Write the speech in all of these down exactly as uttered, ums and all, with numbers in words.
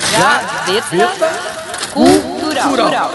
Gaveta Cultural.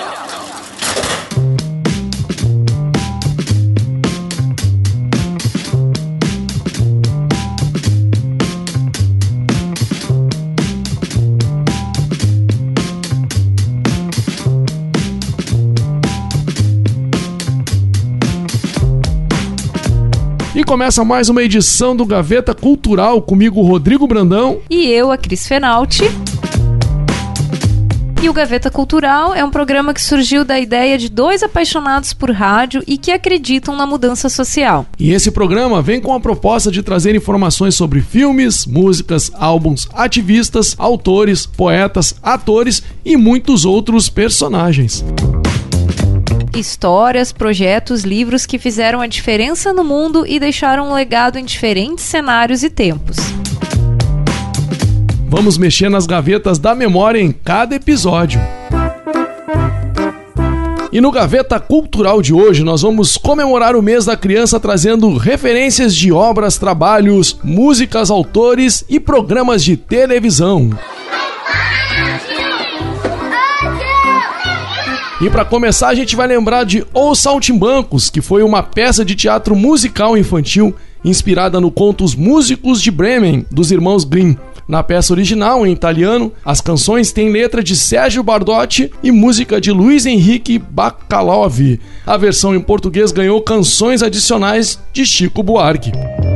E começa mais uma edição do Gaveta Cultural, comigo Rodrigo Brandão. E eu, a Cris Fenalti. E o Gaveta Cultural é um programa que surgiu da ideia de dois apaixonados por rádio e que acreditam na mudança social. E esse programa vem com a proposta de trazer informações sobre filmes, músicas, álbuns, ativistas, autores, poetas, atores e muitos outros personagens. Histórias, projetos, livros que fizeram a diferença no mundo e deixaram um legado em diferentes cenários e tempos. Vamos mexer nas gavetas da memória em cada episódio. E no Gaveta Cultural de hoje nós vamos comemorar o mês da criança trazendo referências de obras, trabalhos, músicas, autores e programas de televisão. E para começar a gente vai lembrar de Os Saltimbancos, que foi uma peça de teatro musical infantil inspirada no conto Os Músicos de Bremen, dos irmãos Grimm. Na peça original, em italiano, as canções têm letra de Sérgio Bardotti e música de Luiz Henrique Bacalov. A versão em português ganhou canções adicionais de Chico Buarque.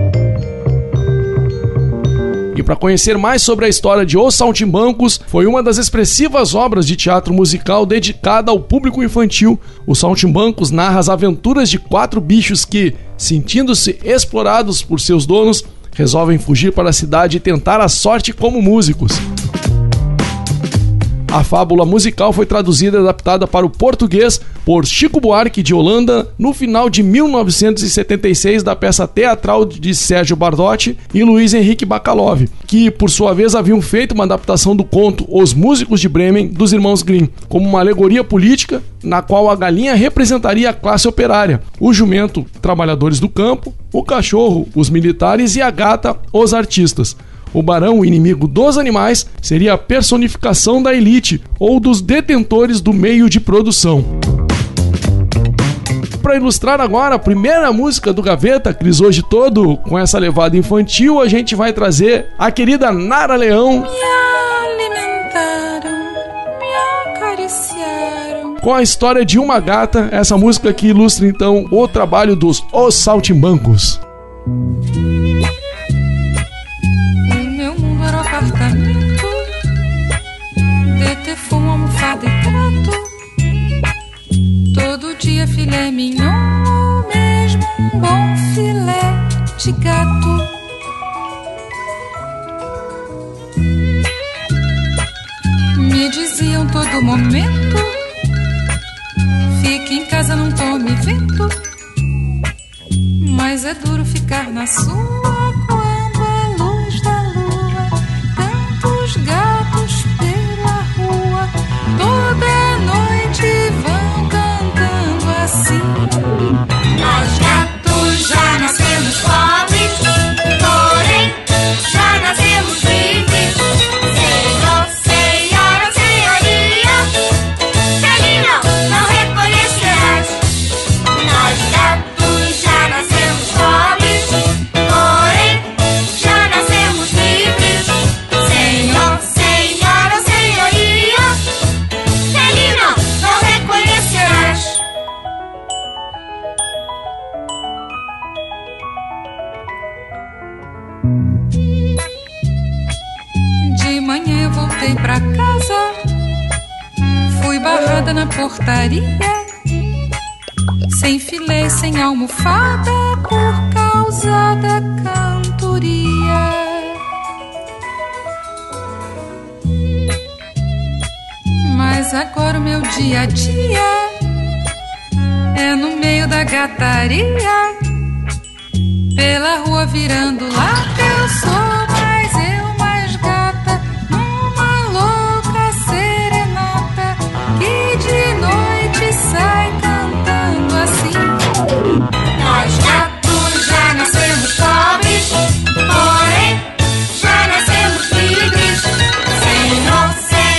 E para conhecer mais sobre a história de Os Saltimbancos, foi uma das expressivas obras de teatro musical dedicada ao público infantil. Os Saltimbancos narra as aventuras de quatro bichos que, sentindo-se explorados por seus donos, resolvem fugir para a cidade e tentar a sorte como músicos. A fábula musical foi traduzida e adaptada para o português por Chico Buarque de Holanda no final de mil novecentos e setenta e seis da peça teatral de Sérgio Bardotti e Luiz Henrique Bacalov, que por sua vez haviam feito uma adaptação do conto Os Músicos de Bremen, dos irmãos Grimm, como uma alegoria política na qual a galinha representaria a classe operária, o jumento, trabalhadores do campo, o cachorro, os militares e a gata, os artistas. O barão, o inimigo dos animais, seria a personificação da elite ou dos detentores do meio de produção. Para ilustrar agora a primeira música do Gaveta, Cris, hoje todo com essa levada infantil, a gente vai trazer a querida Nara Leão. Me alimentaram, me acariciaram. Com a história de uma gata, essa música que ilustra então o trabalho dos Os Saltimbancos. Apartamento, de ter fumo, almofada e prato. Todo dia filé mignon, ou mesmo um bom filé de gato. Me diziam todo momento: fique em casa, não tome vento. Mas é duro ficar na sua. Os gatos pela rua toda noite vão cantando assim. Nós gatos já nascemos pobres, porém já nascemos livres. Senhor, senhora, senhoria, que ali não, não reconhecerás. Nós gatos já nascemos pobres, porém já nascemos livres. Senhor, senhora, senhoria, ele não, não reconhecerás. De manhã eu voltei pra casa, fui barrada na portaria, sem filé, sem almofada, por causa da cantoria. Mas agora o meu dia a dia é no meio da gataria, pela rua virando lata. Eu sou mais eu, mais gata, numa louca serenata que de noite sai cantando assim. Nós gatos já nascemos pobres, porém já nascemos livres. Senhor, senhor.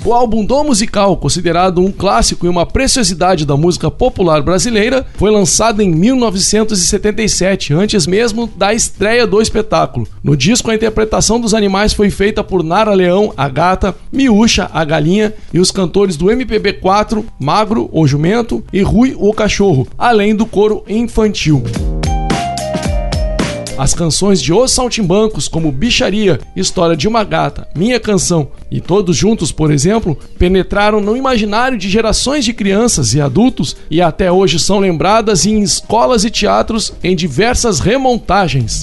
O álbum Dom Musical, considerado um clássico e uma preciosidade da música popular brasileira, foi lançado em mil novecentos e setenta e sete, antes mesmo da estreia do espetáculo. No disco, a interpretação dos animais foi feita por Nara Leão, a gata, Miúcha, a galinha, e os cantores do M P B quatro, Magro, o jumento, e Rui, o cachorro, além do coro infantil. As canções de Os Saltimbancos, como Bicharia, História de uma Gata, Minha Canção e Todos Juntos, por exemplo, penetraram no imaginário de gerações de crianças e adultos e até hoje são lembradas em escolas e teatros em diversas remontagens.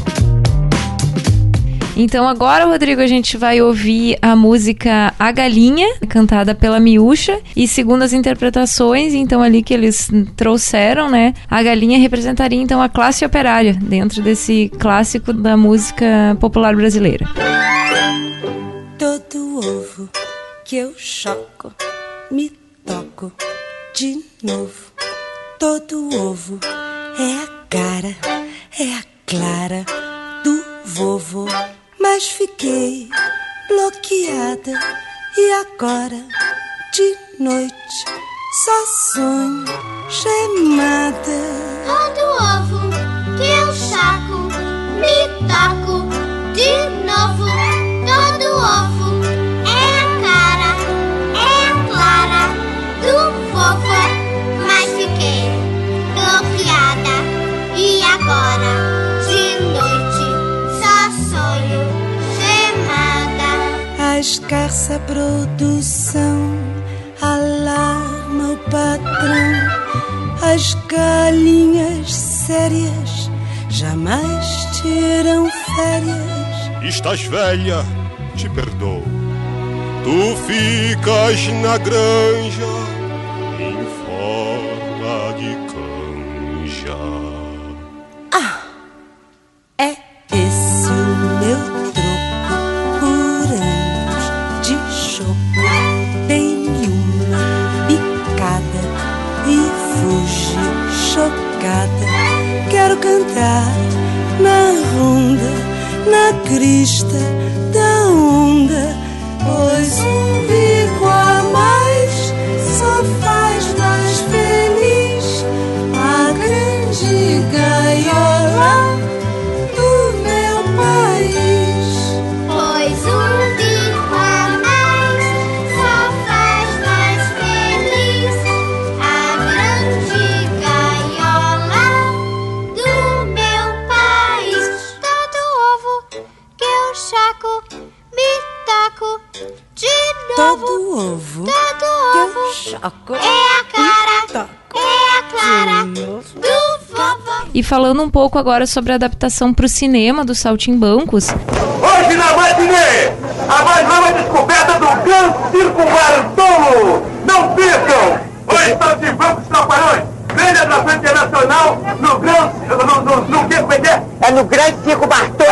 Então agora, Rodrigo, a gente vai ouvir a música A Galinha, cantada pela Miúcha, e segundo as interpretações, então ali que eles trouxeram, né, a galinha representaria então a classe operária dentro desse clássico da música popular brasileira. Todo ovo que eu choco, me toco de novo. Todo ovo é a cara, é a clara do vovô. Mas fiquei bloqueada e agora de noite só sonho gemada. Todo ovo que eu choco, me toco de novo. Todo ovo é a cara, é a clara do vovô. Mas fiquei bloqueada e agora de noite só sonho gemada. A escassa produção alarma o patrão. As galinhas sérias jamais tiram férias. Estás velha, te perdoo. Tu ficas na granja em forma de canja. Ah, é esse o meu troco por anos de choco. Dei uma picada e fugi chocada. Quero cantar na ronda, na crista da onda, pois um bico a mais só faz mais feliz a grande gaiola do meu país. Pois um bico a mais só faz mais feliz a grande gaiola do meu país. Todo ovo que eu choco, me toco de novo. Todo ovo Todo que ovo eu choco é a cara, toco é a clara de novo. do vovô. E falando um pouco agora sobre a adaptação para o cinema dos Saltimbancos, Hoje na matinê, a mais nova descoberta do ganso circunvartolo. Não percam! Hoje Saltimbancos Trapalhões, grande atração internacional no grande... No, no, no que, como é que é? É no grande Circo Bartolo.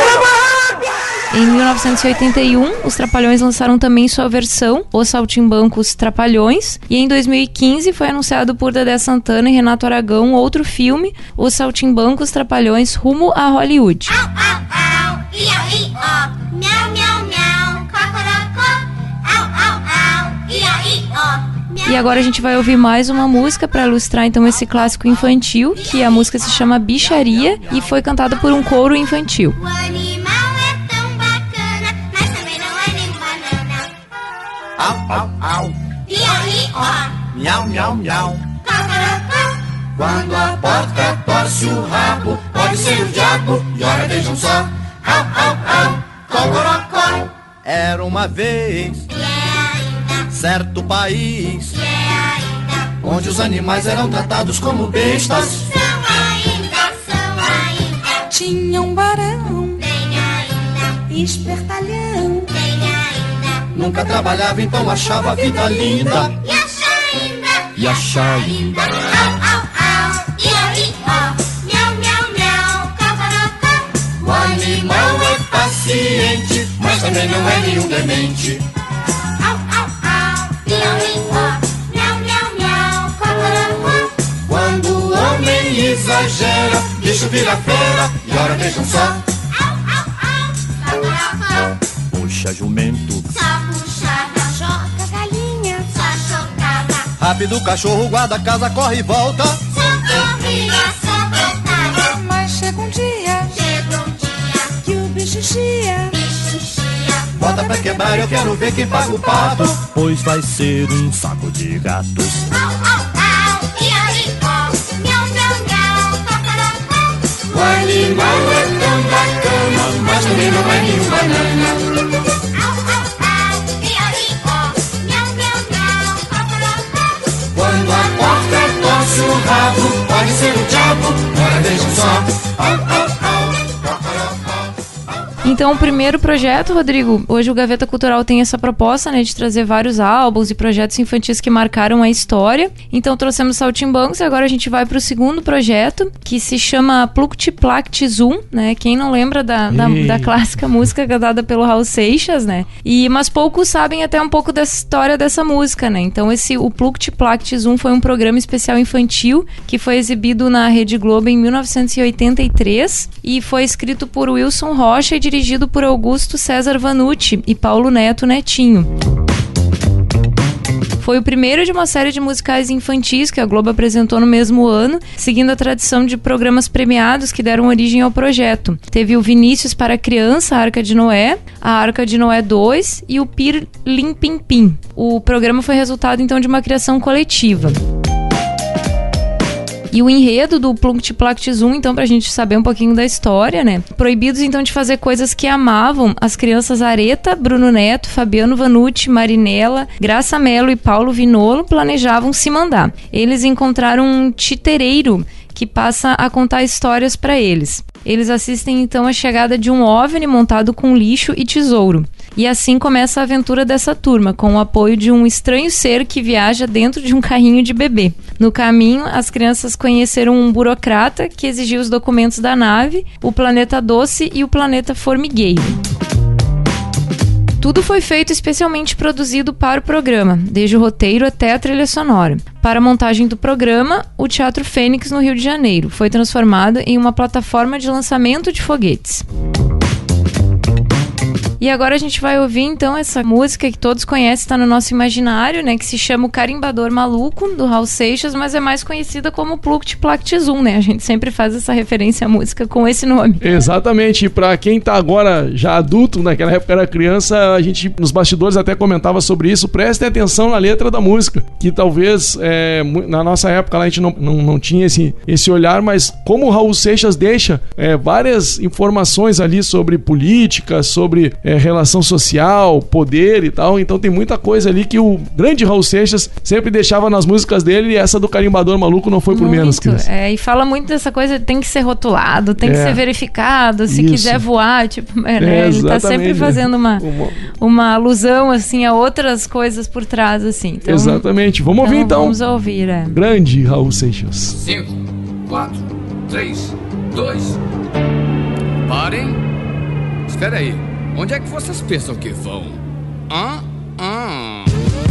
em mil novecentos e oitenta e um, os Trapalhões lançaram também sua versão, Os Saltimbancos Trapalhões, e em dois mil e quinze foi anunciado por Dedé Santana e Renato Aragão outro filme, Os Saltimbancos Trapalhões Rumo a Hollywood. Au, au, au, iau, ió, miau, miau, miau, cocorocó. Au, au, au, iau, ió. E agora a gente vai ouvir mais uma música para ilustrar então esse clássico infantil, que a música se chama Bicharia e foi cantada por um coro infantil. O animal é tão bacana, mas também não é nem banana. Au, au, au, Iau, ió, miau, miau, miau. cocorocó. Quando a porca torce o rabo, pode ser o diabo, e ora vejam só. Au, au, au, cocorocó. Era uma vez certo país onde os animais eram tratados como bestas. São ainda, são ainda. Tinha um barão, Tem ainda, espertalhão, tem ainda. Nunca trabalhava, então achava a vida linda. E acha ainda, E achar ainda. au, au, au, iau, ió, miau, miau, miau, cocorocó. O animal é paciente, mas também não é nenhum demente. Au, au, au, iau, ió, miau, miau, miau, cocorocó. Quando o homem exagera, bicho vira fera, e ora vejam só. Au, au, au, cocorocó. Puxa jumento, Só puxada, joga galinha. Rápido o cachorro guarda a casa, corre e volta. Socorria, socorrada. Mas chega um dia Chega um dia, que o bicho chia. bicho chia. Bota pra quebrar, eu quero ver quem paga o pato. Pois vai ser um saco de gatos. Au, au, au, ia, ó. Miau, miau, miau, cocorocó. O animal é tão bacana, mas também não é nenhum banana. Au, au, au, ia, ó. Miau, miau, miau, cocorocó. Quando a porta torce o rabo, pode ser o diabo, ora vejam só. Au, au, au, cocorocó. Então, o primeiro projeto, Rodrigo, hoje o Gaveta Cultural tem essa proposta, né, de trazer vários álbuns e projetos infantis que marcaram a história. Então, trouxemos Saltimbancos e agora a gente vai para o segundo projeto, que se chama Pluct Plact Zum, né? Quem não lembra da, da, da clássica música cantada pelo Raul Seixas, né? E, mas poucos sabem até um pouco da história dessa música, né? Então, esse, o Pluct Plact Zum foi um programa especial infantil que foi exibido na Rede Globo em mil novecentos e oitenta e três e foi escrito por Wilson Rocha e dirigido por Augusto César Vanucci e Paulo Neto Netinho. Foi o primeiro de uma série de musicais infantis que a Globo apresentou no mesmo ano, seguindo a tradição de programas premiados que deram origem ao projeto. Teve o Vinícius para a Criança, a Arca de Noé, a Arca de Noé dois e o Pir Lim Pim Pim. O programa foi resultado então de uma criação coletiva. E o enredo do Pluct Plact Zum, então, pra gente saber um pouquinho da história, né? Proibidos, então, de fazer coisas que amavam, as crianças Areta, Bruno Neto, Fabiano Vanucci, Marinella, Graça Mello e Paulo Vinolo planejavam se mandar. Eles encontraram um titereiro que passa a contar histórias pra eles. Eles assistem, então, a chegada de um OVNI montado com lixo e tesouro. E assim começa a aventura dessa turma, com o apoio de um estranho ser que viaja dentro de um carrinho de bebê. No caminho, as crianças conheceram um burocrata que exigia os documentos da nave, o planeta Doce e o planeta Formigueiro. Tudo foi feito especialmente produzido para o programa, desde o roteiro até a trilha sonora. Para a montagem do programa, o Teatro Fênix, no Rio de Janeiro, foi transformado em uma plataforma de lançamento de foguetes. E agora a gente vai ouvir, então, essa música que todos conhecem, está no nosso imaginário, né? Que se chama O Carimbador Maluco, do Raul Seixas, mas é mais conhecida como Pluct Plact Zum, né? A gente sempre faz essa referência à música com esse nome. Exatamente. E pra quem tá agora já adulto, naquela época era criança, a gente nos bastidores até comentava sobre isso. Prestem atenção na letra da música, que talvez é, na nossa época lá a gente não, não, não tinha esse, esse olhar, mas como o Raul Seixas deixa é, várias informações ali sobre política, sobre... É, relação social, poder e tal, então tem muita coisa ali que o grande Raul Seixas sempre deixava nas músicas dele e essa do Carimbador Maluco não foi por muito, menos que isso. É, e fala muito dessa coisa, tem que ser rotulado, tem é, que ser verificado, se isso. quiser voar, tipo, é, né? É, ele tá sempre fazendo uma, uma... uma alusão, assim, a outras coisas por trás, assim. Então, exatamente, vamos ouvir então. Vamos ouvir, é. Grande Raul Seixas. cinco, quatro, três, dois. Parem. Espera aí. Onde é que vocês pensam que vão? Ah, ah.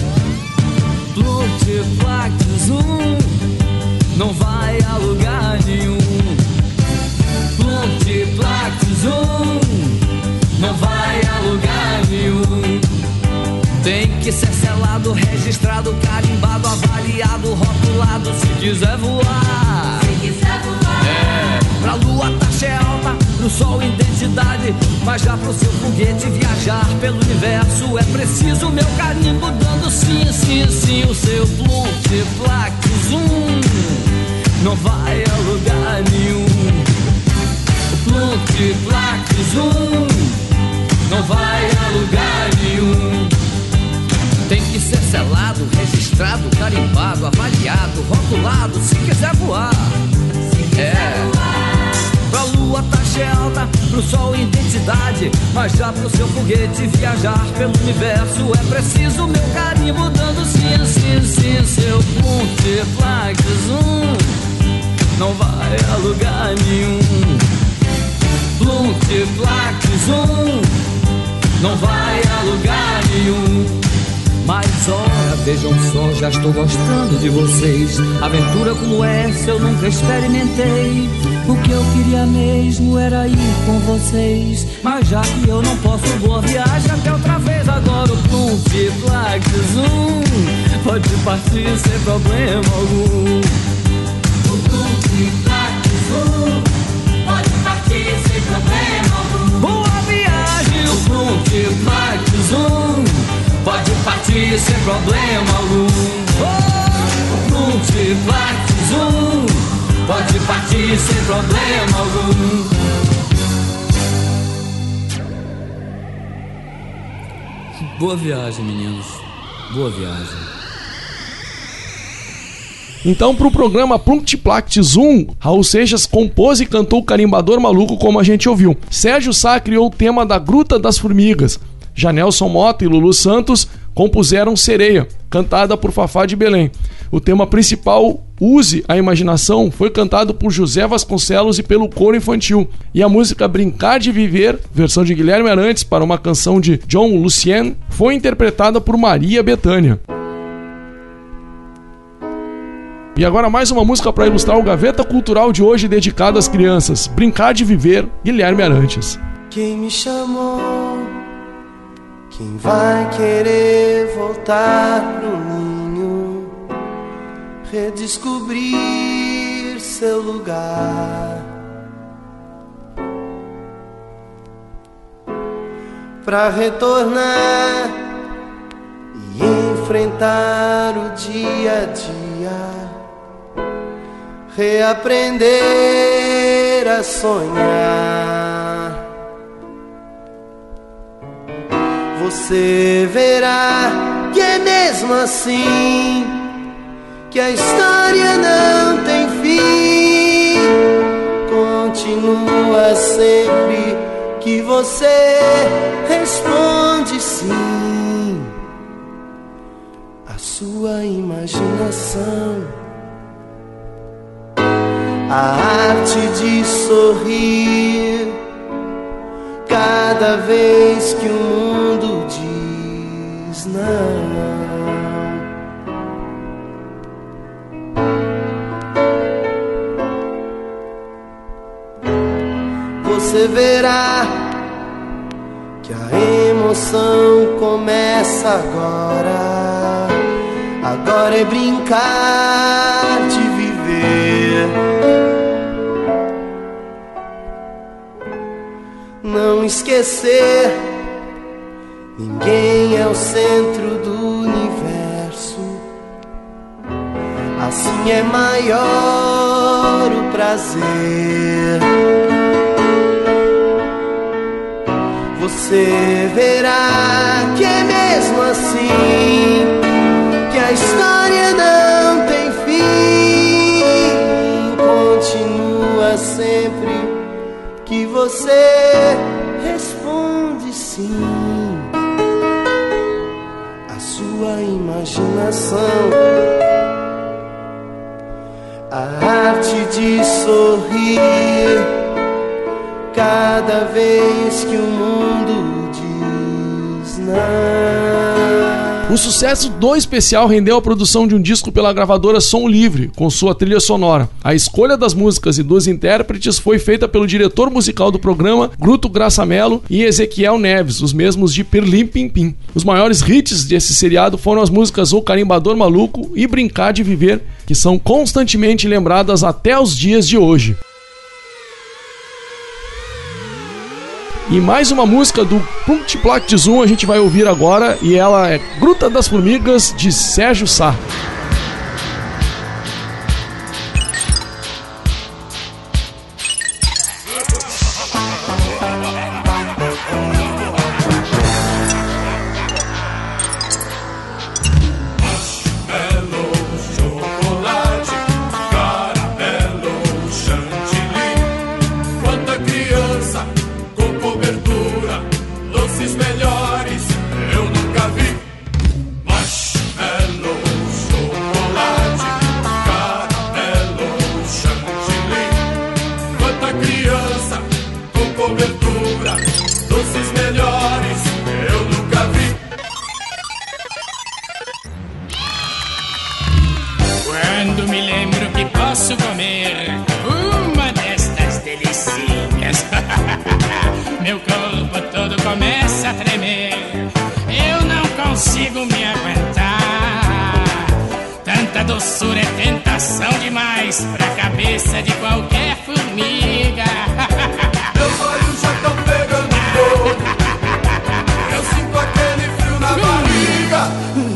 Pluct Plact Zum não vai a lugar nenhum. Pluct Plact Zum não vai a lugar nenhum. Tem que ser selado, registrado, carimbado, avaliado, rotulado, se quiser voar. Se quiser voar. É, pra lua taxa é alta, pro sol identidade, mas já pro seu foguete viajar pelo universo é preciso meu carimbo dando sim, sim, sim. O seu Pluct Plact Zum não vai a lugar nenhum. O Pluct Plact Zum não vai a lugar nenhum. Tem que ser selado, registrado, carimbado, avaliado, rotulado, se quiser voar. Se quiser é. voar. Pra lua taxa é alta, pro sol identidade, mas já pro seu foguete viajar pelo universo é preciso meu carimbo dando sim, sim, sim. Seu Pluct Plact Zum não vai a lugar nenhum. Pluct Plact Zum não vai a lugar nenhum. Mas ora Vejam só, já estou gostando de vocês. Aventura como essa eu nunca experimentei. O que eu queria mesmo era ir com vocês. Mas já que eu não posso, boa viagem até outra vez. Agora o Plump, Plaque, Zum pode partir sem problema algum. O Plump, Plaque, Zum pode partir sem problema algum. Boa viagem, o Plump, Plaque, Zum pode partir sem problema algum. Oh, o Plump, Plaque, Zum pode partir sem problema algum. Boa viagem, meninos. Boa viagem. Então, para o programa Plumpt Plact Zum, Raul Seixas compôs e cantou o Carimbador Maluco, como a gente ouviu. Sérgio Sá criou o tema da Gruta das Formigas. Janelson Mota e Lulu Santos compuseram Sereia, cantada por Fafá de Belém. O tema principal, Use a Imaginação, foi cantado por José Vasconcelos e pelo coro infantil. E a música Brincar de Viver, versão de Guilherme Arantes para uma canção de John Lucien, foi interpretada por Maria Bethânia. E agora mais uma música para ilustrar o Gaveta Cultural de hoje dedicado às crianças. Brincar de Viver, Guilherme Arantes. Quem me chamou? Quem vai querer voltar pro ninho, redescobrir seu lugar, pra retornar e enfrentar o dia a dia, reaprender a sonhar. Você verá que é mesmo assim, que a história não tem fim. Continua sempre que você responde sim. A sua imaginação, a arte de sorrir cada vez que o mundo diz não. Você verá que a emoção começa agora. Agora é brincar de viver. Não esquecer, ninguém é o centro do universo. Assim é maior o prazer. Você verá que é mesmo assim, que a história não tem fim. Continua sempre que você responde sim. A sua imaginação, a arte de sorrir cada vez que o mundo diz não. O sucesso do especial rendeu a produção de um disco pela gravadora Som Livre, com sua trilha sonora. A escolha das músicas e dos intérpretes foi feita pelo diretor musical do programa, Gruto Graça Mello, e Ezequiel Neves, os mesmos de Pirlim Pim Pim. Os maiores hits desse seriado foram as músicas O Carimbador Maluco e Brincar de Viver, que são constantemente lembradas até os dias de hoje. E mais uma música do Plumpt Plact Zum a gente vai ouvir agora, e ela é Gruta das Formigas, de Sérgio Sá. Melhores eu nunca vi. Marshmallow, chocolate. a tremer, eu não consigo me aguentar. Tanta doçura é tentação demais pra cabeça de qualquer formiga. Meus olhos já estão pegando fogo, eu sinto aquele frio na barriga.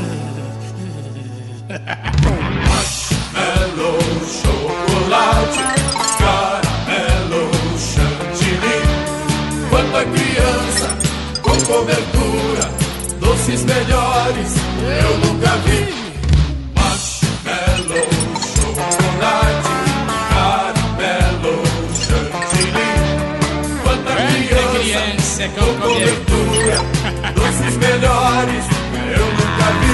Marshmallow, chocolate, caramelo, chantilly. Quanta criança com cobertura, doces melhores eu nunca vi. Marshmallow, chocolate, caramelo, chantilly. Quanta criança com cobertura, doces melhores eu nunca vi.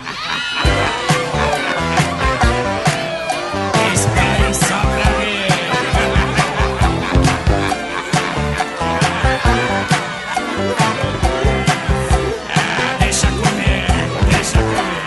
Esperem só pra ver. Ah, deixa comer, deixa comer.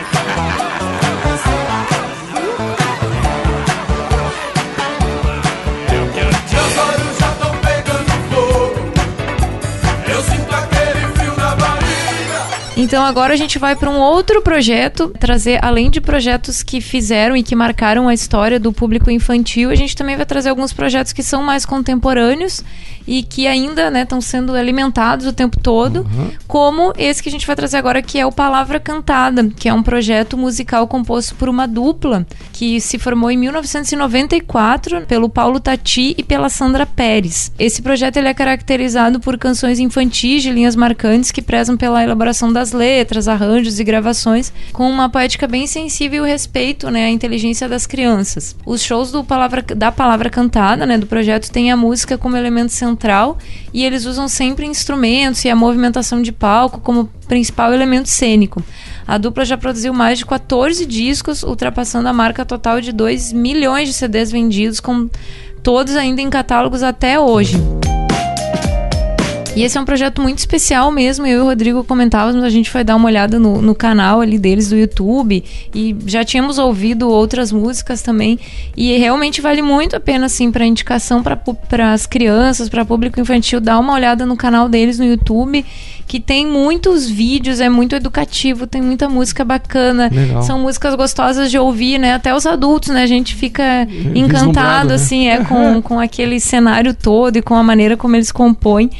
Meus olhos já estão pegando fogo, eu sinto aquele frio na barriga. Então agora a gente vai para um outro projeto, trazer, além de projetos que fizeram e que marcaram a história do público infantil, a gente também vai trazer alguns projetos que são mais contemporâneos e que ainda, né, estão sendo alimentados o tempo todo, Uhum. como esse que a gente vai trazer agora, que é o Palavra Cantada, que é um projeto musical composto por uma dupla que se formou em mil novecentos e noventa e quatro pelo Paulo Tati e pela Sandra Pérez. Esse projeto ele é caracterizado por canções infantis de linhas marcantes que prezam pela elaboração das letras, arranjos e gravações, com uma poética bem sensível e o respeito, né, à inteligência das crianças. Os shows do palavra, da Palavra Cantada, né, do projeto, tem a música como elemento central e eles usam sempre instrumentos e a movimentação de palco como principal elemento cênico. A dupla já produziu mais de quatorze discos, ultrapassando a marca total de dois milhões de C Ds vendidos, com todos ainda em catálogos até hoje. E esse é um projeto muito especial mesmo, eu e o Rodrigo comentávamos, a gente foi dar uma olhada no, no canal ali deles do YouTube e já tínhamos ouvido outras músicas também, e realmente vale muito a pena, assim, para indicação para as crianças, para público infantil, dar uma olhada no canal deles no YouTube, que tem muitos vídeos, é muito educativo, tem muita música bacana. Legal. São músicas gostosas de ouvir, né, até os adultos, né, a gente fica encantado, né? Assim, é, com, com aquele cenário todo e com a maneira como eles compõem.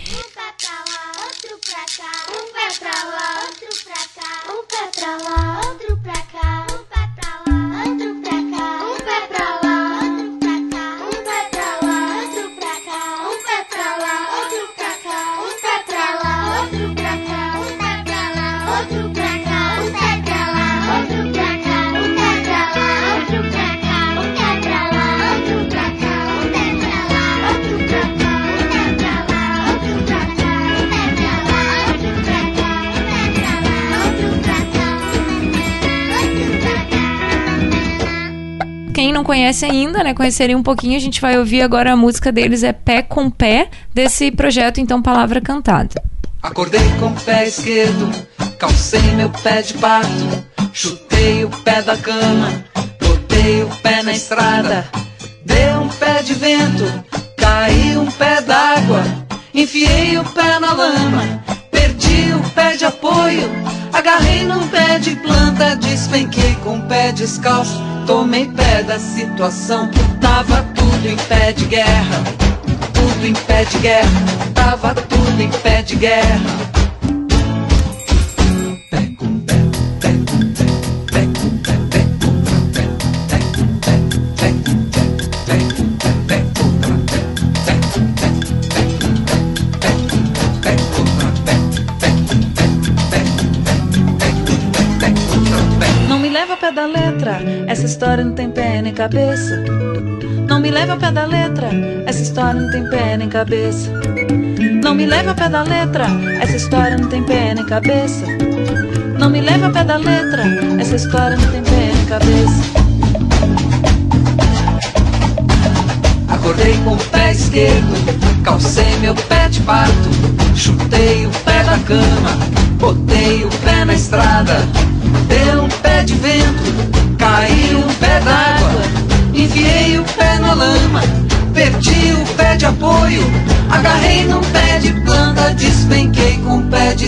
Quem não conhece ainda, né, conheceria um pouquinho, a gente vai ouvir agora a música deles, é Pé com Pé, desse projeto, então, Palavra Cantada. Acordei com o pé esquerdo, calcei meu pé de pato, chutei o pé da cama, botei o pé na estrada, deu um pé de vento, caiu um pé d'água, enfiei o pé na lama, perdi o pé de apoio, agarrei num pé de planta, despenquei com o pé descalço, tomei pé da situação, tava tudo em pé de guerra, tudo em pé de guerra, tava tudo em pé de guerra. Pé com pé, pé com pé, pé com pé, pé contra pé, pé com pé, pé com pé, pé com pé, pé contra pé, pé com pé, pé com pé, pé com pé, pé contra pé, pé com pé, pé com pé, pé com pé, pé contra pé. Não me leva a pé da letra, essa história não tem pé nem cabeça. Não me leva a pé da letra, essa história não tem pé nem cabeça. Não me leva a pé da letra, essa história não tem pé nem cabeça. Não me leva a pé da letra, essa história não tem pé nem cabeça. Acordei com o pé esquerdo, calcei meu pé de pato, chutei o pé da cama, botei o pé na estrada, deu um pé de vento, caiu um pé d'água, enfiei o pé na lama, perdi o pé de apoio, agarrei num pé de planta, despenquei com o pé de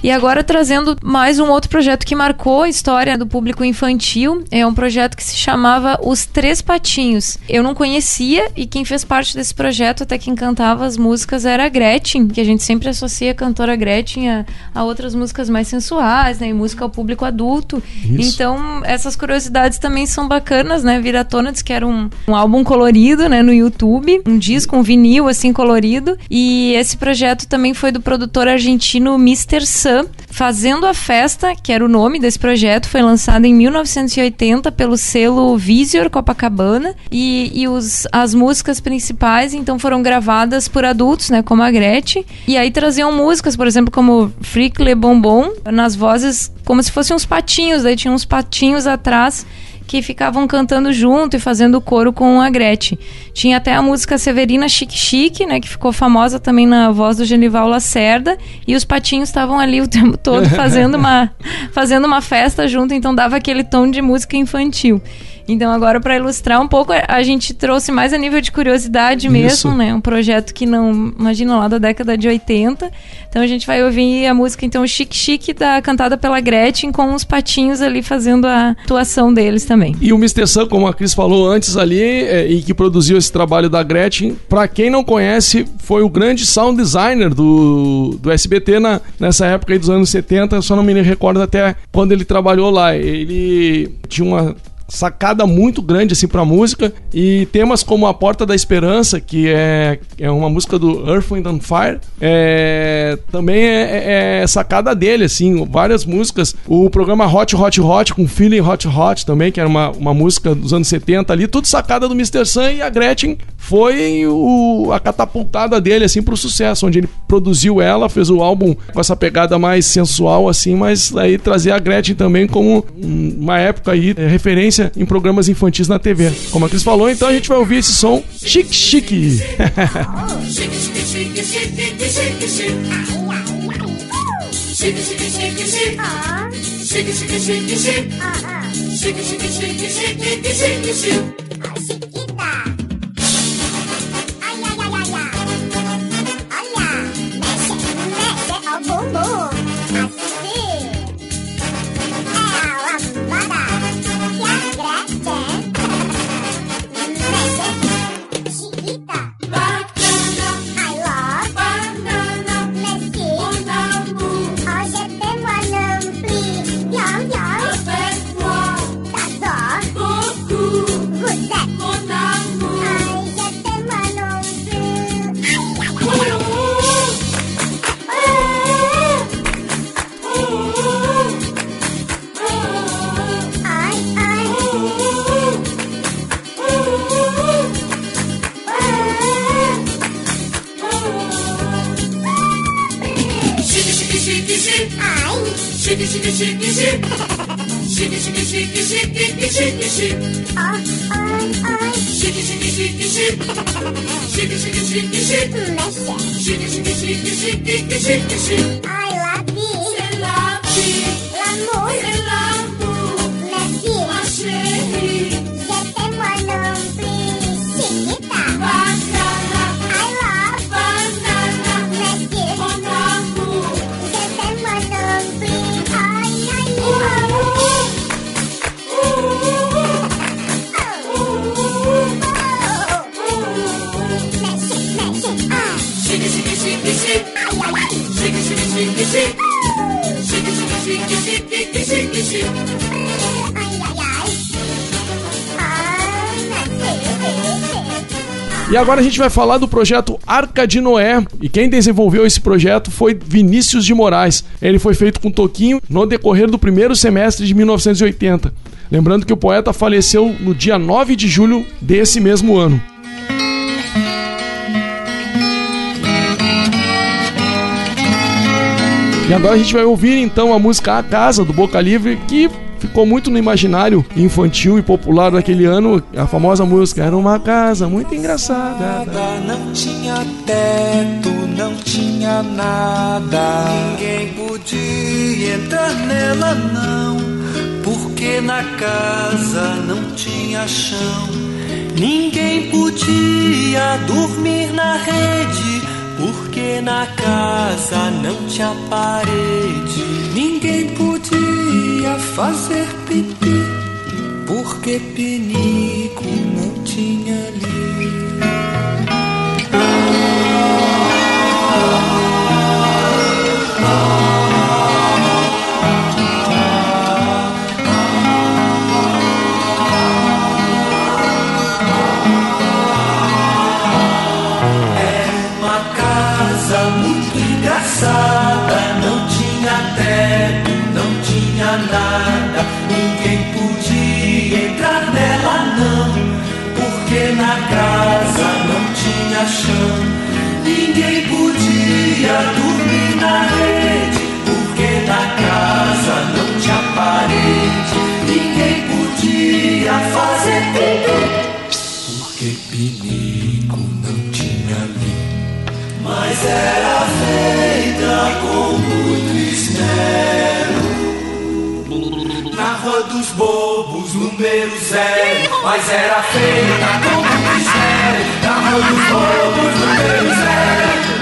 E agora trazendo mais um outro projeto que marcou a história do público infantil, é um projeto que se chamava Os Três Patinhos. Eu não conhecia, e quem fez parte desse projeto, até quem cantava as músicas, era a Gretchen, que a gente sempre associa a cantora Gretchen a, a outras músicas mais sensuais, né, e música ao público adulto. Isso. Então, essas curiosidades também são bacanas, né? Vir à tona, diz que era um, um álbum colorido, né, no YouTube, um disco, um vinil, assim, colorido. E esse projeto também foi do produtor argentino mister Sam. Fazendo a Festa, que era o nome desse projeto, foi lançado em mil novecentos e oitenta pelo selo Visior Copacabana. E, e os, as músicas principais, então, foram gravadas por adultos, né, como a Gretchen. E aí traziam músicas, por exemplo, como Fric Le Bonbon, nas vozes como se fossem uns patinhos. Daí tinha uns patinhos atrás que ficavam cantando junto e fazendo coro com a Gretchen. Tinha até a música Severina Chique Chique, né, que ficou famosa também na voz do Genival Lacerda, e os patinhos estavam ali o tempo todo fazendo uma, fazendo uma festa junto, então dava aquele tom de música infantil. Então agora, para ilustrar um pouco, a gente trouxe mais a nível de curiosidade mesmo, né? Um projeto que não, imagina, lá da década de oitenta. Então a gente vai ouvir a música, então, Chique Chique, da, cantada pela Gretchen, com os patinhos ali fazendo a atuação deles também. E o mister Sam, como a Cris falou antes ali, é, e que produziu esse trabalho da Gretchen, para quem não conhece, foi o grande sound designer do, do S B T na, nessa época aí dos anos setenta, eu só não me recordo até quando ele trabalhou lá. Ele tinha uma sacada muito grande assim pra música, e temas como A Porta da Esperança, que é, é uma música do Earth, Wind and Fire, é, também é, é sacada dele, assim, várias músicas. O programa Hot Hot Hot, com Feeling Hot Hot também, que era uma, uma música dos anos setenta ali, tudo sacada do mister Sam, e a Gretchen foi o, a catapultada dele, assim, pro sucesso, onde ele produziu ela, fez o álbum com essa pegada mais sensual, assim, mas aí trazer a Gretchen também como uma época aí, é, referência em programas infantis na T V. Como a Cris falou, então a gente vai ouvir esse som Chique Chique. Chique, chique, chique, chique, chique, chique. Chique, chique, chique, chique. Chique, chique, chique, chique. Chique, chique, chique, chique, chique, chique. Chique, chique, chique, chique. Chique, chique, chique, chique, chique, chique. Ai, ai, ai. Chique, chique, chique, chique. Chique, chique, chique, chique. Chique, chique, chique, chique, chique, chique. Ai, la vie. C'est la vie. L'amour. C'est l'amour. Merci. Ma chérie. Je t'aime moi non plus. Chiquita. Banana. I love. Banana. Merci. Mon amour. Je t'aime moi non plus. Ai, ai, Ooh, ai. ooh, Merci, merci. Ah. chique, chique, chique, chique. Chique, chique, chique, chique. Chique, chique, chique, chique, chique, chique. Ai, ai, ai. Ai, merci. E agora a gente vai falar do projeto Arca de Noé, e quem desenvolveu esse projeto foi Vinícius de Moraes. Ele foi feito com Toquinho no decorrer do primeiro semestre de mil novecentos e oitenta. Lembrando que o poeta faleceu no dia nove de julho desse mesmo ano. E agora a gente vai ouvir então a música A Casa, do Boca Livre, que ficou muito no imaginário infantil e popular daquele ano. A famosa música Era uma Casa Muito Engraçada. Não tinha teto, não tinha nada. Ninguém podia entrar nela não, porque na casa não tinha chão. Ninguém podia dormir na rede, porque na casa não tinha parede, ninguém podia fazer pipi, porque pinico não tinha ali. Não tinha teto, não tinha nada, ninguém podia entrar nela não, porque na casa não tinha chão. Ninguém podia dormir na rede, porque na casa não tinha parede. Ninguém podia fazer pipi, porque pinico não tinha ali. Mas era feita com muito esmero, na Rua dos Bobos, número zero. Mas era feita com muito esmero, na Rua dos Bobos, número zero.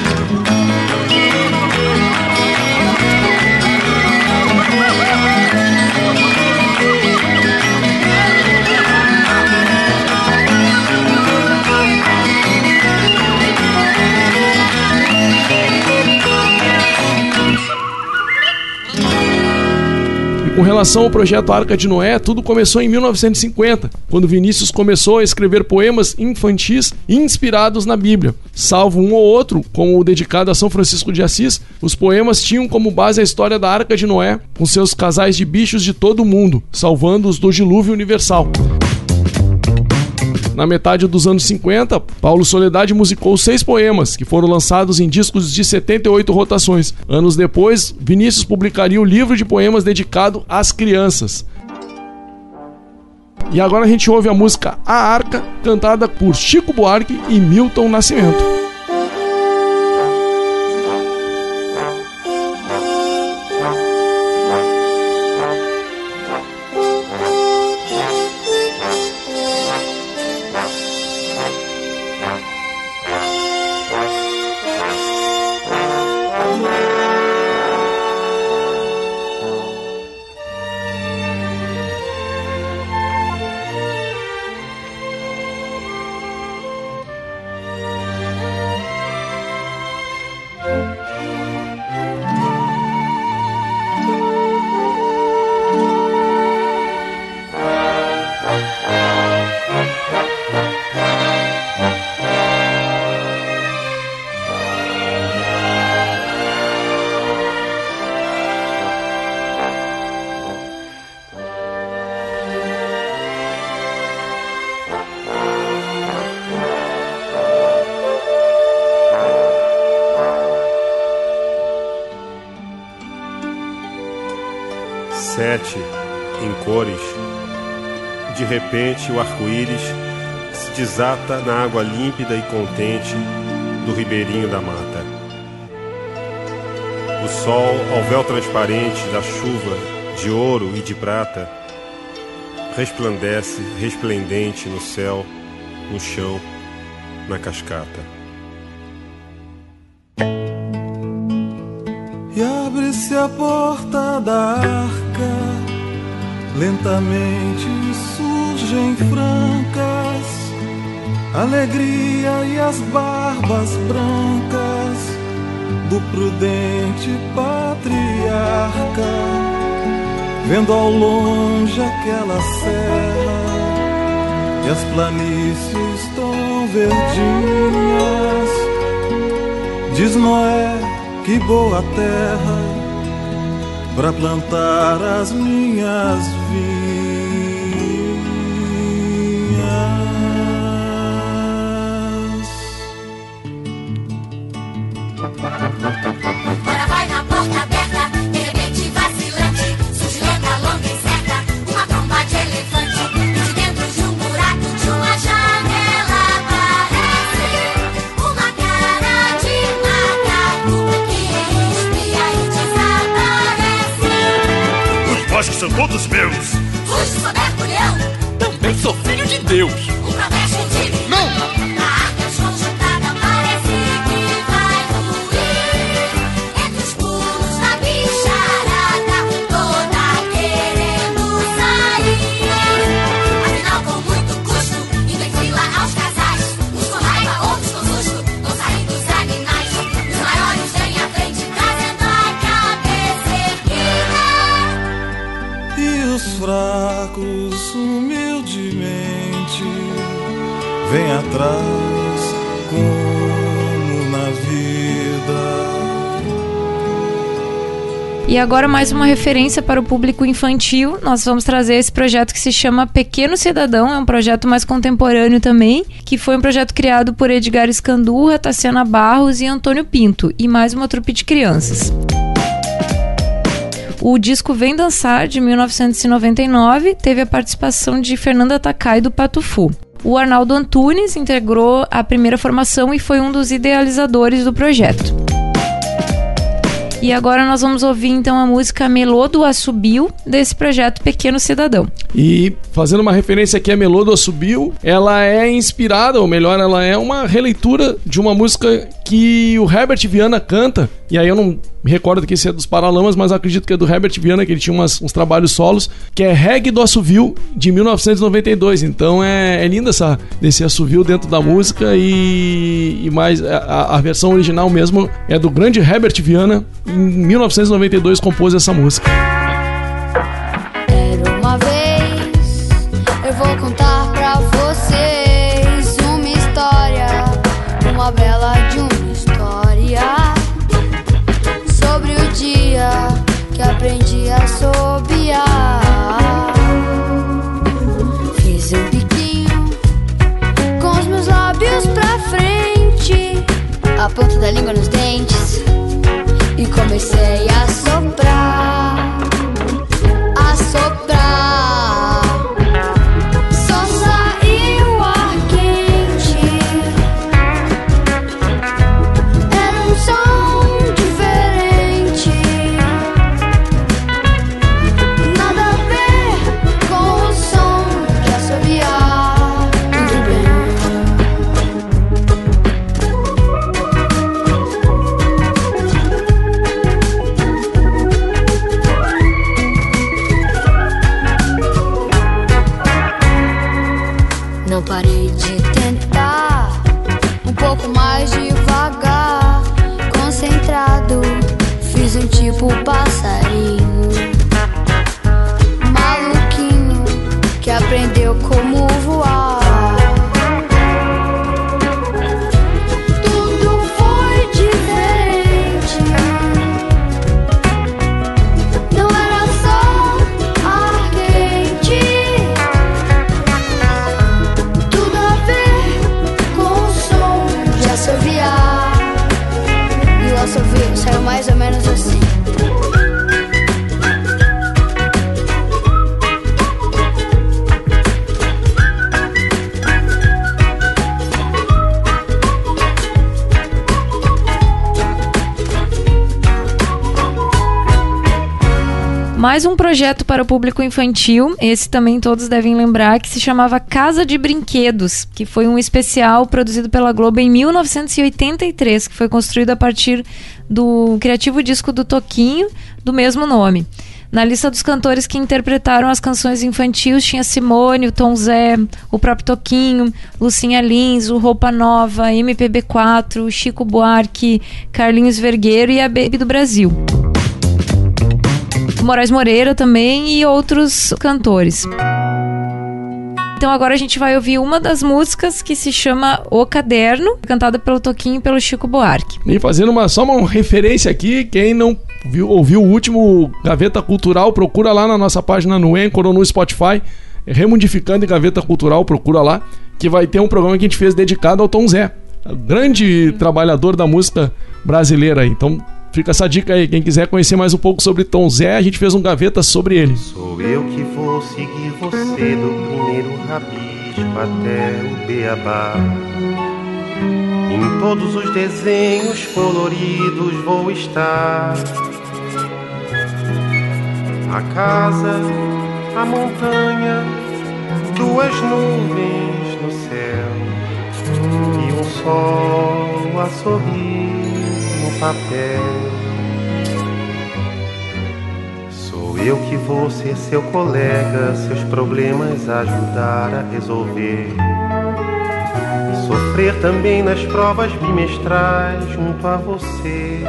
Com relação ao projeto Arca de Noé, tudo começou em mil novecentos e cinquenta, quando Vinícius começou a escrever poemas infantis inspirados na Bíblia. Salvo um ou outro, como o dedicado a São Francisco de Assis, os poemas tinham como base a história da Arca de Noé, com seus casais de bichos de todo o mundo, salvando-os do dilúvio universal. Na metade dos anos cinquenta, Paulo Soledade musicou seis poemas, que foram lançados em discos de setenta e oito rotações. Anos depois, Vinícius publicaria o livro de poemas dedicado às crianças. E agora a gente ouve a música A Arca, cantada por Chico Buarque e Milton Nascimento. Sete em cores, de repente o arco-íris se desata na água límpida e contente do ribeirinho da mata. O sol, ao véu transparente da chuva de ouro e de prata, resplandece resplendente no céu, no chão, na cascata. E abre-se a porta da arca, lentamente surgem francas alegria e as barbas brancas do prudente patriarca, vendo ao longe aquela serra e as planícies tão verdinhas. Diz Noé, que boa terra pra plantar as minhas Ora vai na porta aberta, de repente vacilante, surge lenta, longa e certa, uma tromba de elefante, e de dentro de um buraco de uma janela aparece uma cara de macaco que espia e desaparece. Os bosques são todos meus. Fui de sou Napoleão. Também sou filho de Deus. O protesto diz não. A arca esconjuntada parece que vai fluir. vem atrás como na vida. E agora mais uma referência para o público infantil. Nós vamos trazer esse projeto que se chama Pequeno Cidadão. É um projeto mais contemporâneo também, que foi um projeto criado por Edgar Escandurra, Tassiana Barros e Antônio Pinto, e mais uma trupe de crianças. O disco Vem Dançar, de mil novecentos e noventa e nove, teve a participação de Fernanda Takai, do Patufu. O Arnaldo Antunes integrou a primeira formação e foi um dos idealizadores do projeto. E agora nós vamos ouvir então a música Melô do Assobio, desse projeto Pequeno Cidadão. E fazendo uma referência aqui a Melô do Assobio, ela é inspirada, ou melhor, ela é uma releitura de uma música que o Herbert Viana canta. E aí eu não me recordo que esse é dos Paralamas, mas acredito que é do Herbert Viana, que ele tinha umas, uns trabalhos solos, que é Reggae do Assovio, de mil novecentos e noventa e dois. Então é, é linda essa, esse assovio dentro da música, e, e mais a, a versão original mesmo é do grande Herbert Viana. Em mil novecentos e noventa e dois compôs essa música. Era uma vez, eu vou contar pra vocês uma história, uma bela de uma história, sobre o dia que aprendi a assobiar. Fiz um biquinho com os meus lábios pra frente, a ponta da língua nos dentes, e comecei a soprar, a soprar. Só saiu ar quente, era um som diferente, nada a ver com o som de assobiar. Tudo bem. Não parei de tentar, um pouco mais devagar, concentrado, fiz um tipo passarinho, maluquinho, que aprendeu como voar. Tudo foi diferente, não era só ar quente, tudo a ver com o som de assoviar. E o assovio saiu mais ou menos assim. Mais um projeto para o público infantil, esse também todos devem lembrar, que se chamava Casa de Brinquedos, que foi um especial produzido pela Globo em mil novecentos e oitenta e três, que foi construído a partir do criativo disco do Toquinho, do mesmo nome. Na lista dos cantores que interpretaram as canções infantis tinha Simone, o Tom Zé, o próprio Toquinho, Lucinha Lins, o Roupa Nova, M P B quatro, Chico Buarque, Carlinhos Vergueiro e a Baby do Brasil. Moraes Moreira também e outros cantores. Então agora a gente vai ouvir uma das músicas que se chama O Caderno, cantada pelo Toquinho e pelo Chico Buarque. E fazendo uma, só uma referência aqui, quem não viu, ouviu o último Gaveta Cultural, procura lá na nossa página no Anchor ou no Spotify, Remundificando em Gaveta Cultural, procura lá, que vai ter um programa que a gente fez dedicado ao Tom Zé, grande trabalhador da música brasileira. Então fica essa dica aí, quem quiser conhecer mais um pouco sobre Tom Zé, a gente fez um Gaveta sobre ele. Sou eu que vou seguir você do primeiro rabisco até o beabá. Em todos os desenhos coloridos vou estar. A casa, a montanha, duas nuvens no céu e um sol a sorrir no papel. Sou eu que vou ser seu colega, seus problemas ajudar a resolver. Sofrer também nas provas bimestrais junto a você.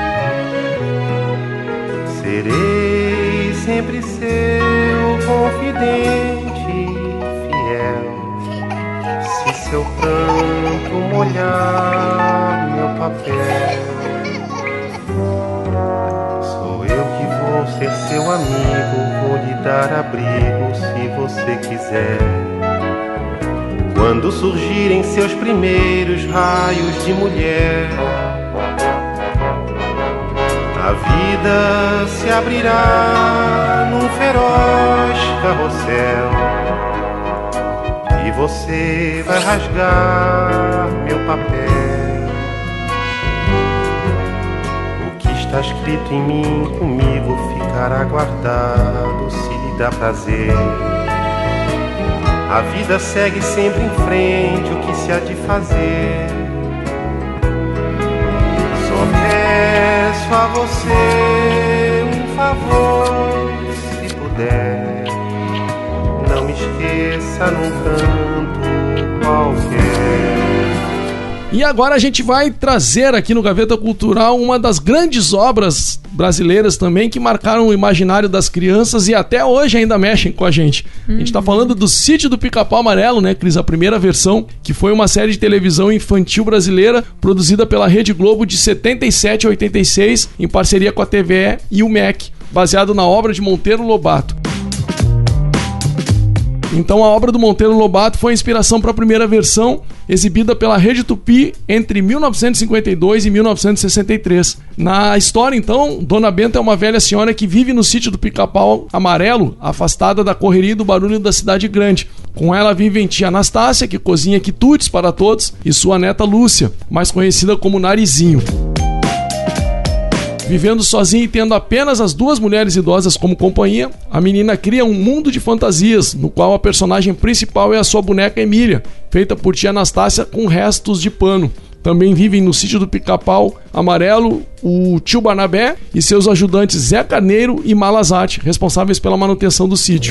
Serei sempre seu confidente fiel. Se seu pranto molhar meu papel. Sou eu que vou ser seu amigo, vou lhe dar abrigo se você quiser. Quando surgirem seus primeiros raios de mulher, a vida se abrirá num feroz carrossel e você vai rasgar meu papel. O que está escrito em mim comigo ficará guardado se lhe dá prazer. A vida segue sempre em frente, o que se há de fazer? Só peço a você um favor, se puder, não me esqueça num canto qualquer. E agora a gente vai trazer aqui no Gaveta Cultural uma das grandes obras brasileiras também que marcaram o imaginário das crianças e até hoje ainda mexem com a gente. Uhum. A gente tá falando do Sítio do Pica-Pau Amarelo, né, Cris? A primeira versão, que foi uma série de televisão infantil brasileira produzida pela Rede Globo de setenta e sete a oitenta e seis em parceria com a T V E e o M E C, baseado na obra de Monteiro Lobato. Então a obra do Monteiro Lobato foi a inspiração para a primeira versão, exibida pela Rede Tupi entre mil novecentos e cinquenta e dois e mil novecentos e sessenta e três. Na história, então, Dona Benta é uma velha senhora que vive no sítio do Pica-Pau Amarelo, afastada da correria e do barulho da cidade grande. Com ela vivem tia Anastácia, que cozinha quitutes para todos, e sua neta Lúcia, mais conhecida como Narizinho. Vivendo sozinha e tendo apenas as duas mulheres idosas como companhia, a menina cria um mundo de fantasias, no qual a personagem principal é a sua boneca Emília, feita por tia Anastácia com restos de pano. Também vivem no sítio do Pica-Pau Amarelo o tio Barnabé e seus ajudantes Zé Carneiro e Malazate, responsáveis pela manutenção do sítio.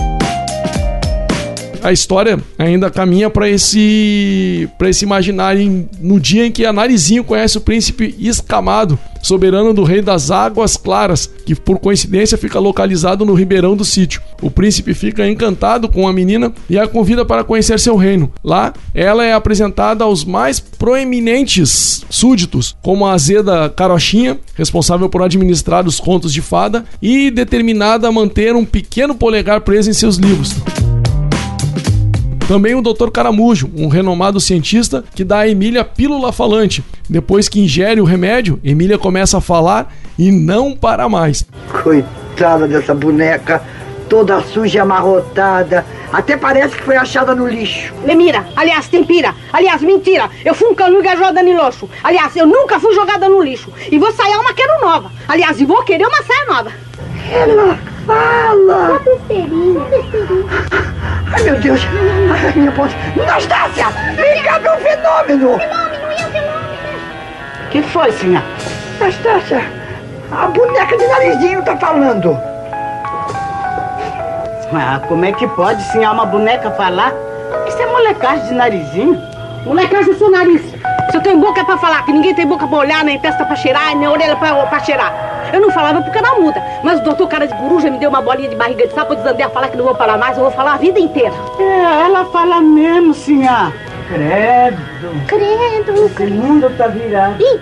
A história ainda caminha para esse, para esse imaginário no dia em que a Narizinho conhece o príncipe Escamado, soberano do rei das Águas Claras, que por coincidência fica localizado no ribeirão do sítio. O príncipe fica encantado com a menina e a convida para conhecer seu reino. Lá, ela é apresentada aos mais proeminentes súditos, como a azeda Carochinha, responsável por administrar os contos de fada, e determinada a manter um pequeno polegar preso em seus livros. Também o doutor Caramujo, um renomado cientista que dá a Emília a pílula falante. Depois que ingere o remédio, Emília começa a falar e não para mais. Coitada dessa boneca, toda suja e amarrotada. Até parece que foi achada no lixo. Lemira, aliás, tempira, aliás, mentira. Eu fui um canudo jogada no lixo. Aliás, eu nunca fui jogada no lixo. E vou sair uma quero nova. Aliás, e vou querer uma saia nova. Ela fala. Uma besteirinha, uma besteirinha. Ai, meu Deus. Ai, minha ponte. Anastácia, vem cá ver um fenômeno. Fenômeno, e o fenômeno? O que foi, senhora? Anastácia, a boneca de Narizinho tá falando. Ah, como é que pode, senhora, uma boneca falar? Isso é molecagem de Narizinho. Molecagem do seu nariz. Se eu tenho boca é pra falar, que ninguém tem boca pra olhar, nem testa pra cheirar, nem orelha pra, pra cheirar. Eu não falava porque era muda, mas o doutor cara de coruja me deu uma bolinha de barriga de sapo, eu desandei a falar que não vou falar mais, eu vou falar a vida inteira. É, ela fala mesmo, senhora. Credo. Credo, credo. O mundo tá virado. Ih.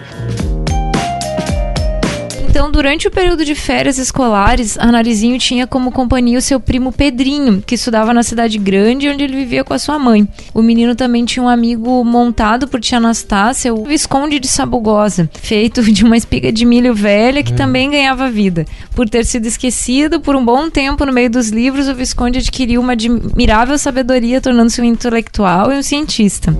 Então, durante o período de férias escolares, a Narizinho tinha como companhia o seu primo Pedrinho, que estudava na cidade grande, onde ele vivia com a sua mãe. O menino também tinha um amigo montado por tia Anastácia, o Visconde de Sabugosa, feito de uma espiga de milho velha, que hum. também ganhava vida. Por ter sido esquecido por um bom tempo no meio dos livros, o Visconde adquiriu uma admirável sabedoria, tornando-se um intelectual e um cientista.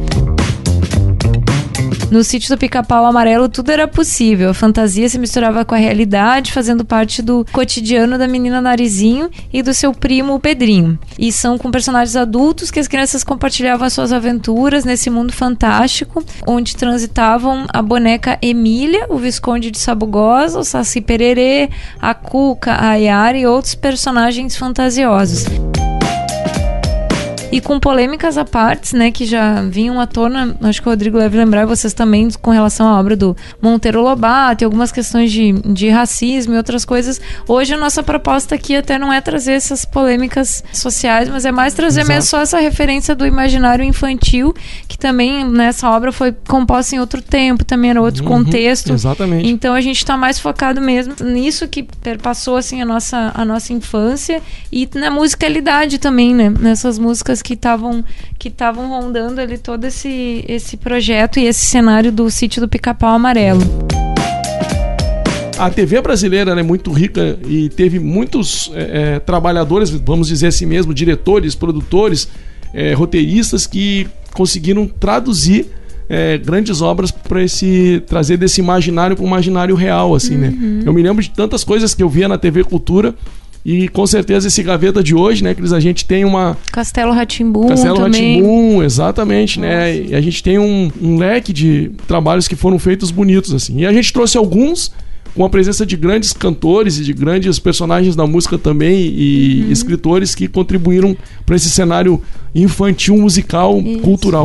No sítio do Pica-Pau Amarelo tudo era possível, a fantasia se misturava com a realidade, fazendo parte do cotidiano da menina Narizinho e do seu primo Pedrinho. E são com personagens adultos que as crianças compartilhavam as suas aventuras nesse mundo fantástico, onde transitavam a boneca Emília, o Visconde de Sabugosa, o Saci Pererê, a Cuca, a Yara e outros personagens fantasiosos. e com polêmicas à parte, né, que já vinham à tona, acho que o Rodrigo deve lembrar, vocês também, com relação à obra do Monteiro Lobato e algumas questões de, de racismo e outras coisas. Hoje a nossa proposta aqui até não é trazer essas polêmicas sociais, mas é mais trazer Exato. mesmo só essa referência do imaginário infantil, que também nessa obra foi composta em outro tempo, também era outro uhum, contexto. Exatamente. Então a gente está mais focado mesmo nisso que perpassou assim, a, nossa, a nossa infância e na musicalidade também, né? Nessas músicas que estavam que estavam rondando ali todo esse, esse projeto e esse cenário do Sítio do Pica-Pau Amarelo. A T V brasileira é muito rica e teve muitos é, é, trabalhadores, vamos dizer assim mesmo, diretores, produtores, é, roteiristas que conseguiram traduzir é, grandes obras para esse trazer desse imaginário para um imaginário real, assim, uhum. né? Eu me lembro de tantas coisas que eu via na T V Cultura. E com certeza esse Gaveta de hoje, né, Cris, a gente tem uma... Castelo Rá-Tim-Bum Castelo também. Rá-Tim-Bum, exatamente, Nossa. né? E a gente tem um, um leque de trabalhos que foram feitos bonitos, assim. E a gente trouxe alguns com a presença de grandes cantores e de grandes personagens da música também e uhum. escritores que contribuíram para esse cenário infantil, musical, Isso. cultural.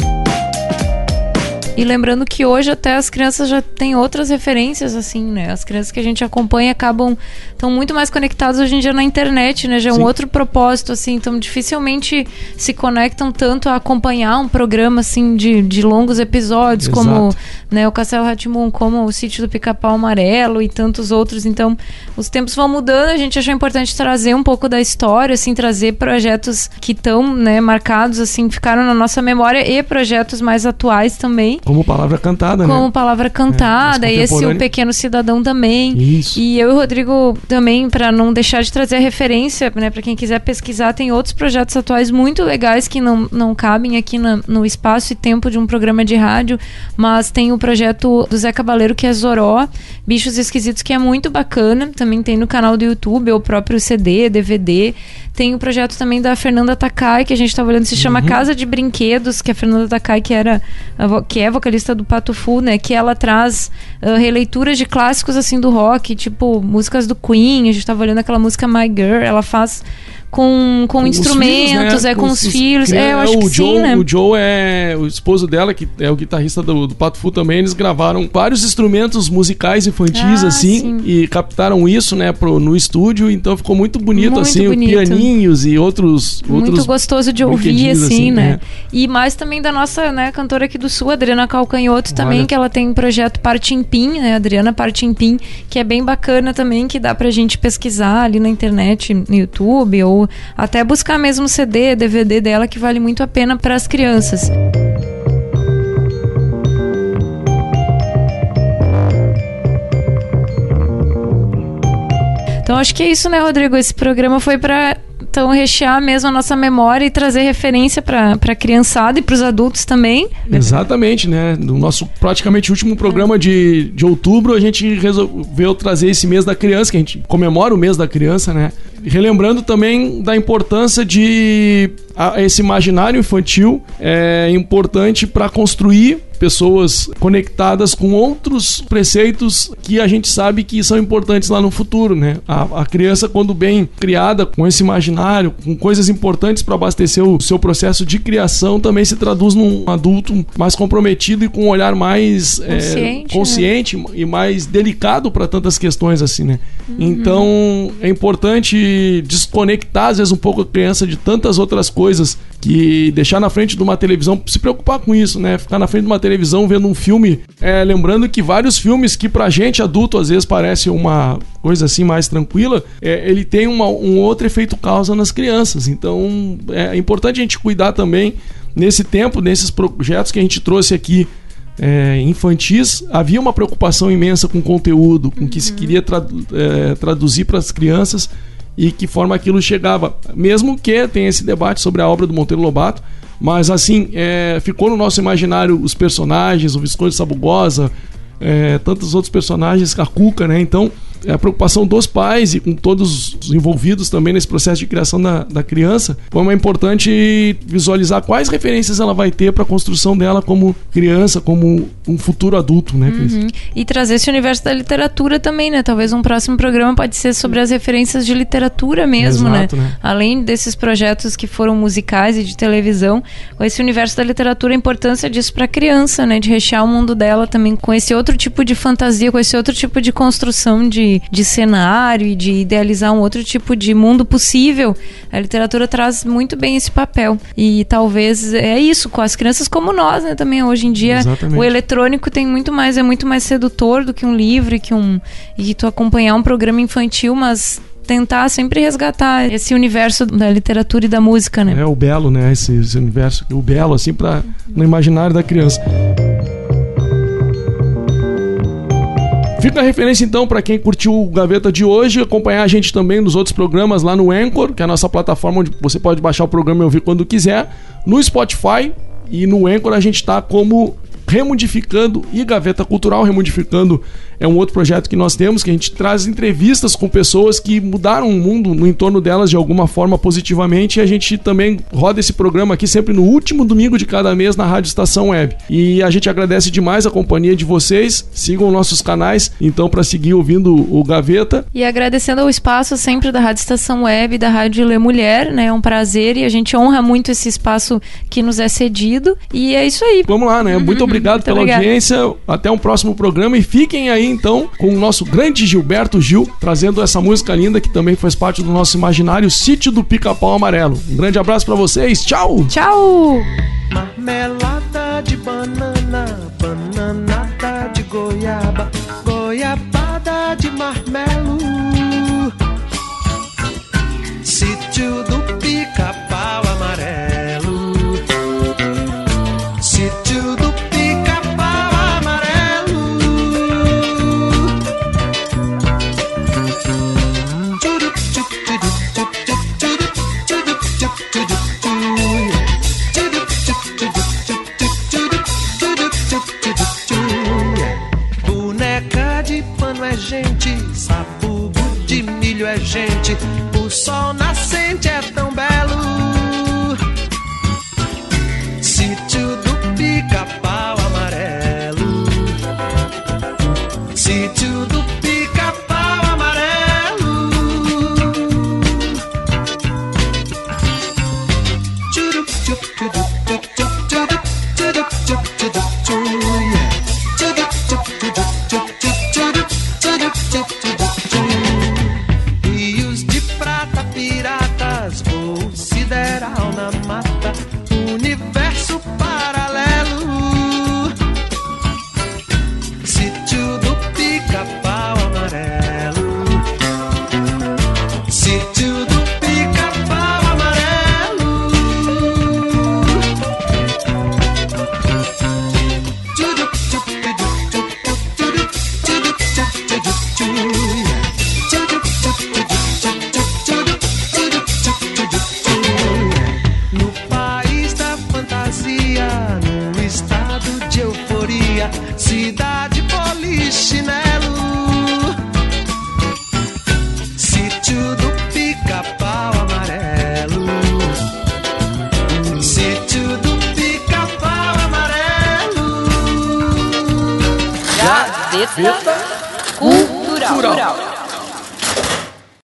E lembrando que hoje até as crianças já têm outras referências, assim, né? As crianças que a gente acompanha acabam... Estão muito mais conectadas hoje em dia na internet, né? Já é um Sim. outro propósito, assim. Então, dificilmente se conectam tanto a acompanhar um programa, assim, de, de longos episódios, Exato. como né, o Castelo Rá-Tim-Bum, como o Sítio do Pica-Pau Amarelo e tantos outros. Então, os tempos vão mudando. A gente achou importante trazer um pouco da história, assim, trazer projetos que estão, né, marcados, assim, ficaram na nossa memória e projetos mais atuais também. Como Palavra Cantada, Como né? Palavra Cantada, é, e esse O Pequeno Cidadão também. Isso. E eu e o Rodrigo também, para não deixar de trazer a referência, né, para quem quiser pesquisar, tem outros projetos atuais muito legais que não, não cabem aqui na, no espaço e tempo de um programa de rádio, mas tem o projeto do Zé Cabaleiro, que é Zoró, Bichos Esquisitos, que é muito bacana, também tem no canal do YouTube, ou o próprio C D, D V D. Tem o projeto também da Fernanda Takai, que a gente estava olhando, se chama uhum. Casa de Brinquedos, que a Fernanda Takai, que, era, que é vocalista do Pato Fu, né? Que ela traz uh, releituras de clássicos, assim, do rock, tipo músicas do Queen. A gente estava olhando aquela música My Girl, ela faz... Com, com, com instrumentos, filhos, né? é, com, com os, os filhos. É, eu acho o que Joe, sim, né? O Joe é o esposo dela, que é o guitarrista do, do Pato Fu também. Eles gravaram vários instrumentos musicais infantis, ah, assim, sim. e captaram isso, né, pro, no estúdio. Então ficou muito bonito, muito assim, bonito. pianinhos e outros. Muito outros gostoso de ouvir, assim, assim né? É. E mais também da nossa, né, cantora aqui do Sul, Adriana Calcanhoto, também, Olha. que ela tem um projeto Partimpim, né? Adriana Partimpim, que é bem bacana também, que dá pra gente pesquisar ali na internet, no YouTube, ou até buscar mesmo C D, D V D dela, que vale muito a pena para as crianças. Então acho que é isso, né, Rodrigo? Esse programa foi para então rechear mesmo a nossa memória e trazer referência para a criançada e para os adultos também. Exatamente, né? No nosso praticamente último programa de, de outubro, a gente resolveu trazer esse mês da criança, que a gente comemora o mês da criança, né? Relembrando também da importância de a, esse imaginário infantil é importante para construir pessoas conectadas com outros preceitos que a gente sabe que são importantes lá no futuro, né? A, a criança, quando bem criada com esse imaginário, com coisas importantes para abastecer o seu processo de criação, também se traduz num adulto mais comprometido e com um olhar mais consciente, é, consciente né? e mais delicado para tantas questões assim, né? Uhum. Então é importante desconectar às vezes um pouco a criança de tantas outras coisas, que deixar na frente de uma televisão, se preocupar com isso, né? Ficar na frente de uma televisão vendo um filme, é, lembrando que vários filmes que pra gente adulto às vezes parece uma coisa assim mais tranquila, é, ele tem uma, um outro efeito causa nas crianças. Então é importante a gente cuidar também nesse tempo, nesses projetos que a gente trouxe aqui é, infantis. Havia uma preocupação imensa com o conteúdo, com o que se queria tra- é, traduzir para as crianças e que forma aquilo chegava, mesmo que tenha esse debate sobre a obra do Monteiro Lobato, mas assim, é, ficou no nosso imaginário os personagens, o Visconde Sabugosa, é, tantos outros personagens, a Cuca, né? Então a preocupação dos pais e com todos os envolvidos também nesse processo de criação da, da criança, como é importante visualizar quais referências ela vai ter para a construção dela como criança, como um futuro adulto, né, Cris? Uhum. E trazer esse universo da literatura também, né? Talvez um próximo programa pode ser sobre as referências de literatura mesmo, Exato, né? né? Além desses projetos que foram musicais e de televisão, com esse universo da literatura, a importância disso para a criança, né? De rechear o mundo dela também com esse outro tipo de fantasia, com esse outro tipo de construção de, de cenário e de idealizar um outro tipo de mundo possível. A literatura traz muito bem esse papel. E talvez é isso, com as crianças como nós, né? Também hoje em dia, Exatamente. O eletrônico tem muito mais, é muito mais sedutor do que um livro, que um, e tu acompanhar um programa infantil, mas tentar sempre resgatar esse universo da literatura e da música, né? É o belo, né? Esse, esse universo, o belo, assim, para no imaginário da criança. Fica a referência, então, para quem curtiu o Gaveta de hoje, acompanhar a gente também nos outros programas lá no Anchor, que é a nossa plataforma onde você pode baixar o programa e ouvir quando quiser, no Spotify, e no Anchor a gente está como Remodificando e Gaveta Cultural. Remodificando é um outro projeto que nós temos, que a gente traz entrevistas com pessoas que mudaram o mundo no entorno delas de alguma forma positivamente, e a gente também roda esse programa aqui sempre no último domingo de cada mês na Rádio Estação Web. E a gente agradece demais a companhia de vocês, sigam nossos canais, então, para seguir ouvindo o Gaveta. E agradecendo ao espaço sempre da Rádio Estação Web e da Rádio Lê Mulher, né? É um prazer e a gente honra muito esse espaço que nos é cedido, e é isso aí. Vamos lá, né? Muito obrigado Muito pela obrigada. audiência, até um próximo programa e fiquem aí então com o nosso grande Gilberto Gil, trazendo essa música linda que também faz parte do nosso imaginário, Sítio do Pica-Pau Amarelo. Um grande abraço pra vocês, tchau! Tchau! Marmelada de banana, bananada de goiaba, goiabada de marmelo. Sítio do Pica-Pau Amarelo. Sítio do Pica-Pau Amarelo. Tchurup, tchup, tchurup, tchup, tchup, tchurup, tchurup, tchup, tchurup, tchurup. Tchurup, tchup, tchurup, tchup, tchup, tchurup, tchurup, tchup, tchup. Boneca de pano é gente, sabugo de milho é gente, o sol nascente é tão belo. Sítio do Pica-Pau Amarelo. Sítio do Pica-Pau Amarelo. Tchurup, tchup, tchurup, tchup, tchup, tchurup, tchurup, tchup, tchurup, tchurup. Tchurup, tchup, tchurup, tchup, tchup, tchurup, tchurup, tchup, tchurup, tchurup. Rios de prata, piratas, voo sideral na mata, universo paralelo. Sítio do Pica-Pau Amarelo. Sítio do Pica-Pau Amarelo. Tchurup, tchup, tchurup, tchup, tchurup, tchurup, tchup, tchurup, tchurup. Tchurup, tchup, tchurup, tchup, tchurup, tchurup, tchup, tchurup, tchurup. No país da fantasia, num estado de euforia, cidade polichinelo. Sítio do Pica-Pau Amarelo. Sítio do Pica-Pau Amarelo. Gaveta Cultural.